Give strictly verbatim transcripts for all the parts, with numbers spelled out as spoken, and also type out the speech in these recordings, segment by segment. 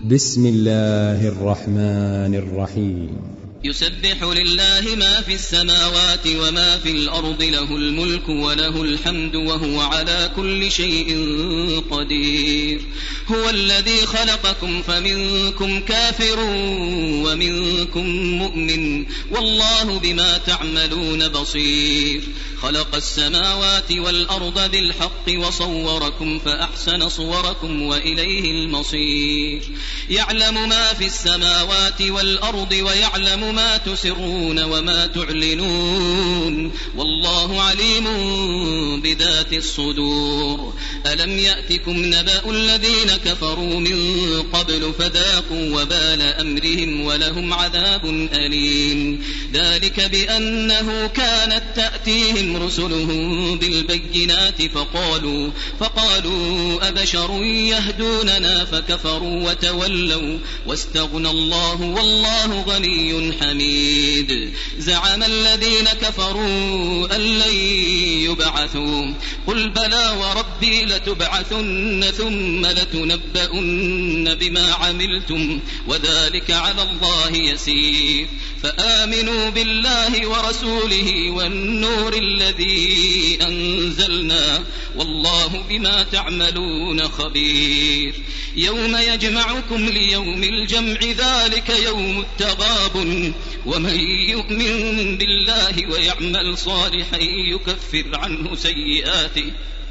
بسم الله الرحمن الرحيم. يسبح لله ما في السماوات وما في الأرض، له الملك وله الحمد وهو على كل شيء قدير. هو الذي خلقكم فمنكم كافر ومنكم مؤمن، والله بما تعملون بصير. خلق السماوات والأرض بالحق وصوركم فأحسن صوركم وإليه المصير. يعلم ما في السماوات والأرض ويعلم ما تسرون وما تعلنون، والله عليم بذات الصدور. ألم يأتكم نبأ الذين كفروا من قبل فذاقوا وبال أمرهم ولهم عذاب أليم. ذلك بأنه كانت تأتيهم رسلهم بالبينات فقالوا, فقالوا أبشر يهدوننا فكفروا وتولوا واستغنى الله والله غني حميد. زعم الذين كفروا أن لن يبعثوا، قل بلى وربي لتبعثن ثم لتنبؤن بما عملتم وذلك على الله يسير. فآمنوا بالله ورسوله والنور الذي أنزلنا والله بما تعملون خبير. يوم يجمعكم ليوم الجمع ذلك يوم التغابن، ومن يؤمن بالله ويعمل صالحا يكفر عنه سيئاته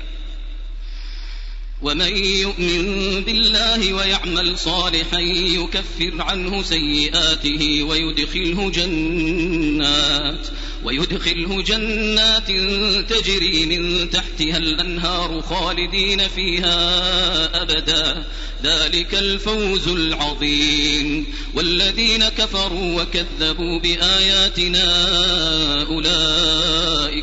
ومن يؤمن بالله ويعمل صالحا يكفر عنه سيئاته ويدخله جنات ويدخله جنات تجري من تحتها الأنهار خالدين فيها أبدا، ذلك الفوز العظيم. والذين كفروا وكذبوا بآياتنا أولئك,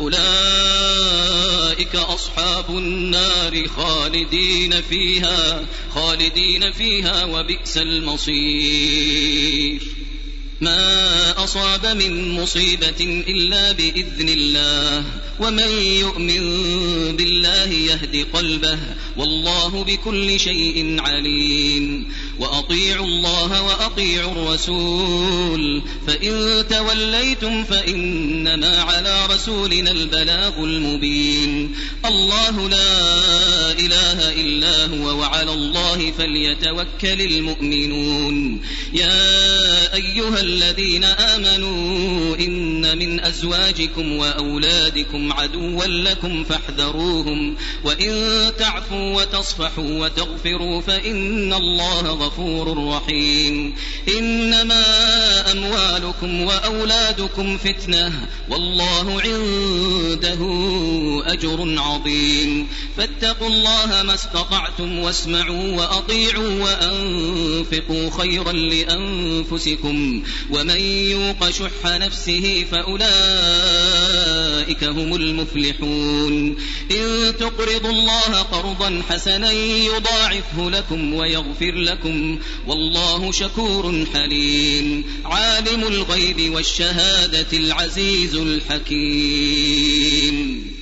أولئك أصحاب النار خالدين فيها, خالدين فيها وبئس المصير. ما أصاب من مصيبة إلا بإذن الله، ومن يؤمن بالله يهد قلبه والله بكل شيء عليم. وأطيعوا الله وأطيعوا الرسول، فإن توليتم فإنما على رسولنا البلاغ المبين. الله لا إله إلا هو وعلى الله فليتوكل المؤمنون. يا أيها الذين آمنوا إن من أزواجكم وأولادكم عدوا لكم فاحذروهم، وإن تعفوا وتصفحوا وتغفروا فإن الله غفور رحيم. إنما أموالكم وأولادكم فتنة والله عنده أجر عظيم. فاتقوا الله ما استطعتم واسمعوا وأطيعوا وأنفقوا خيرا لأنفسكم، ومن يوق شح نفسه فأولئك هم المفلحون. إن تقرضوا الله قرضا حسنا يضاعفه لكم ويغفر لكم والله شكور حليم. عالم الغيب والشهادة العزيز الحكيم.